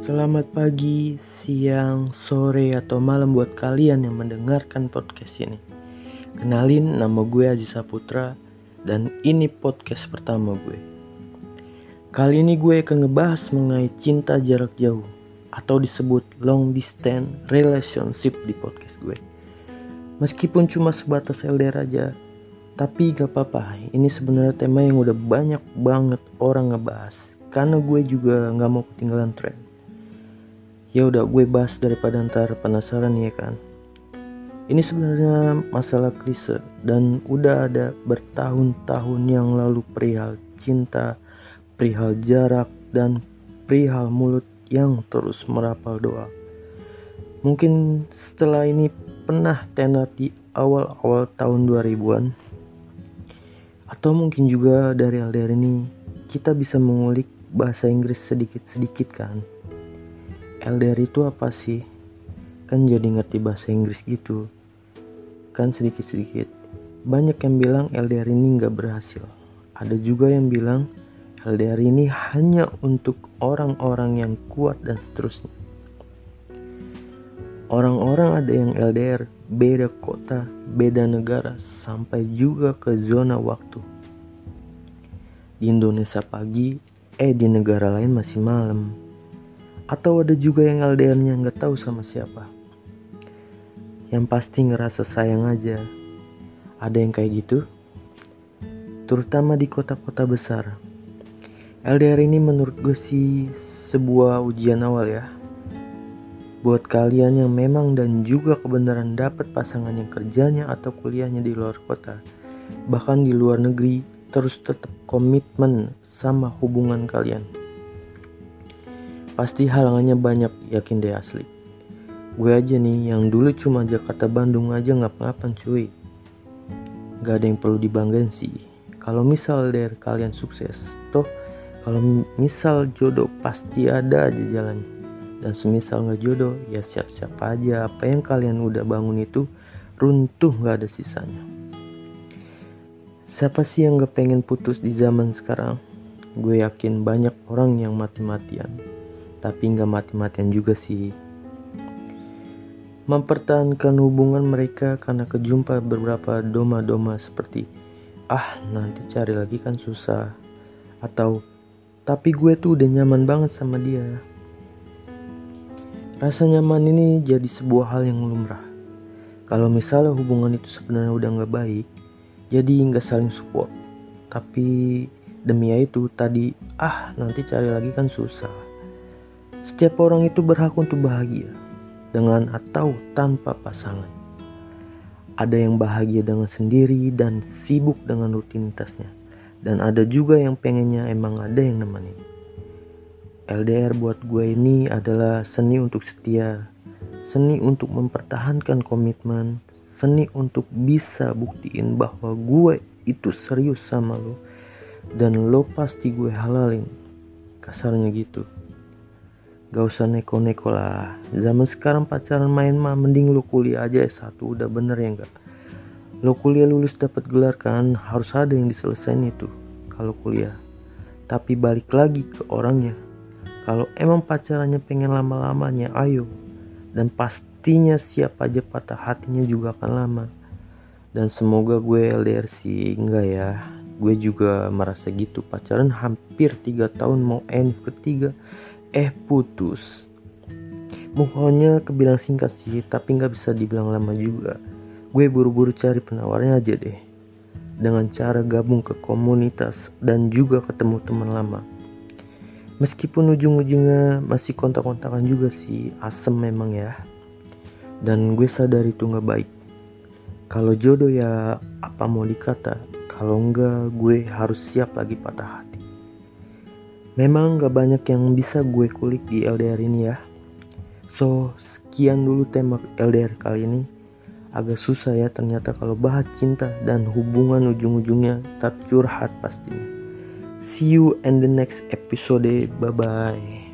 Selamat pagi, siang, sore, atau malam buat kalian yang mendengarkan podcast ini. Kenalin, nama gue Aziz Saputra dan ini podcast pertama gue. Kali ini gue akan ngebahas mengenai cinta jarak jauh atau disebut long distance relationship di podcast gue. Meskipun cuma sebatas LDR aja, tapi gak apa-apa. Ini sebenarnya tema yang udah banyak banget orang ngebahas karena gue juga gak mau ketinggalan tren. Ya udah gue bahas daripada ntar penasaran ya kan. Ini sebenarnya masalah klise dan udah ada bertahun-tahun yang lalu perihal cinta, perihal jarak dan perihal mulut yang terus merapal doa. Mungkin setelah ini pernah tenar di awal-awal tahun 2000-an. Atau mungkin juga dari LDR ini kita bisa mengulik bahasa Inggris sedikit-sedikit kan. LDR itu apa sih? Kan jadi ngerti bahasa Inggris gitu. Kan sedikit-sedikit. Banyak yang bilang LDR ini gak berhasil. Ada juga yang bilang LDR ini hanya untuk orang-orang yang kuat dan seterusnya. Orang-orang ada yang LDR beda kota, beda negara, sampai juga ke zona waktu. Di Indonesia pagi, di negara lain masih malam. Atau ada juga yang LDR-nya gak tahu sama siapa. Yang pasti ngerasa sayang aja. Ada yang kayak gitu. Terutama di kota-kota besar. LDR ini menurut gue sih sebuah ujian awal ya. Buat kalian yang memang dan juga kebenaran dapat pasangan yang kerjanya atau kuliahnya di luar kota. Bahkan di luar negeri, terus tetap komitmen sama hubungan kalian. Pasti halangannya banyak, yakin deh asli. Gue aja nih yang dulu cuma Jakarta Bandung aja ngapa-ngapan cuy. Gak ada yang perlu dibanggain sih. Kalau misal dari kalian sukses, toh kalau misal jodoh pasti ada aja jalannya. Dan semisal gak jodoh, ya siap-siap aja apa yang kalian udah bangun itu runtuh gak ada sisanya. Siapa sih yang gak pengen putus di zaman sekarang? Gue yakin banyak orang yang mati-matian. Tapi gak mati-matian juga sih. Mempertahankan hubungan mereka karena kejumpa beberapa doma-doma seperti nanti cari lagi kan susah. Atau tapi gue tuh udah nyaman banget sama dia. Rasa nyaman ini jadi sebuah hal yang lumrah. Kalau misalnya hubungan itu sebenarnya udah gak baik, jadi gak saling support. Tapi demi itu tadi nanti cari lagi kan susah. Setiap orang itu berhak untuk bahagia, dengan atau tanpa pasangan. Ada yang bahagia dengan sendiri dan sibuk dengan rutinitasnya. Dan ada juga yang pengennya emang ada yang nemenin. LDR buat gue ini adalah seni untuk setia, seni untuk mempertahankan komitmen, seni untuk bisa buktiin bahwa gue itu serius sama lo. Dan lo pasti gue halalin. Kasarnya gitu. Gak usah neko-neko lah. Zaman sekarang pacaran main mah mending lo kuliah aja S1 udah bener ya enggak. Lo kuliah lulus dapat gelar kan harus ada yang diselesain itu kalau kuliah. Tapi balik lagi ke orangnya. Kalau emang pacarannya pengen lama-lamanya ayo. Dan pastinya siap aja patah hatinya juga akan lama. Dan semoga gue LDR sih enggak ya. Gue juga merasa gitu, pacaran hampir 3 tahun mau ketiga putus. Move on-nya kebilang singkat sih, tapi gak bisa dibilang lama juga. Gue buru-buru cari penawarnya aja deh. Dengan cara gabung ke komunitas dan juga ketemu teman lama. Meskipun ujung-ujungnya masih kontak-kontakan juga sih, asem memang ya. Dan gue sadar itu gak baik. Kalau jodoh ya apa mau dikata, kalau enggak gue harus siap lagi patah hati. Memang gak banyak yang bisa gue kulik di LDR ini ya. So sekian dulu tema LDR kali ini. Agak susah ya ternyata kalau bahas cinta dan hubungan ujung-ujungnya tak curhat pastinya. See you in the next episode. Bye bye.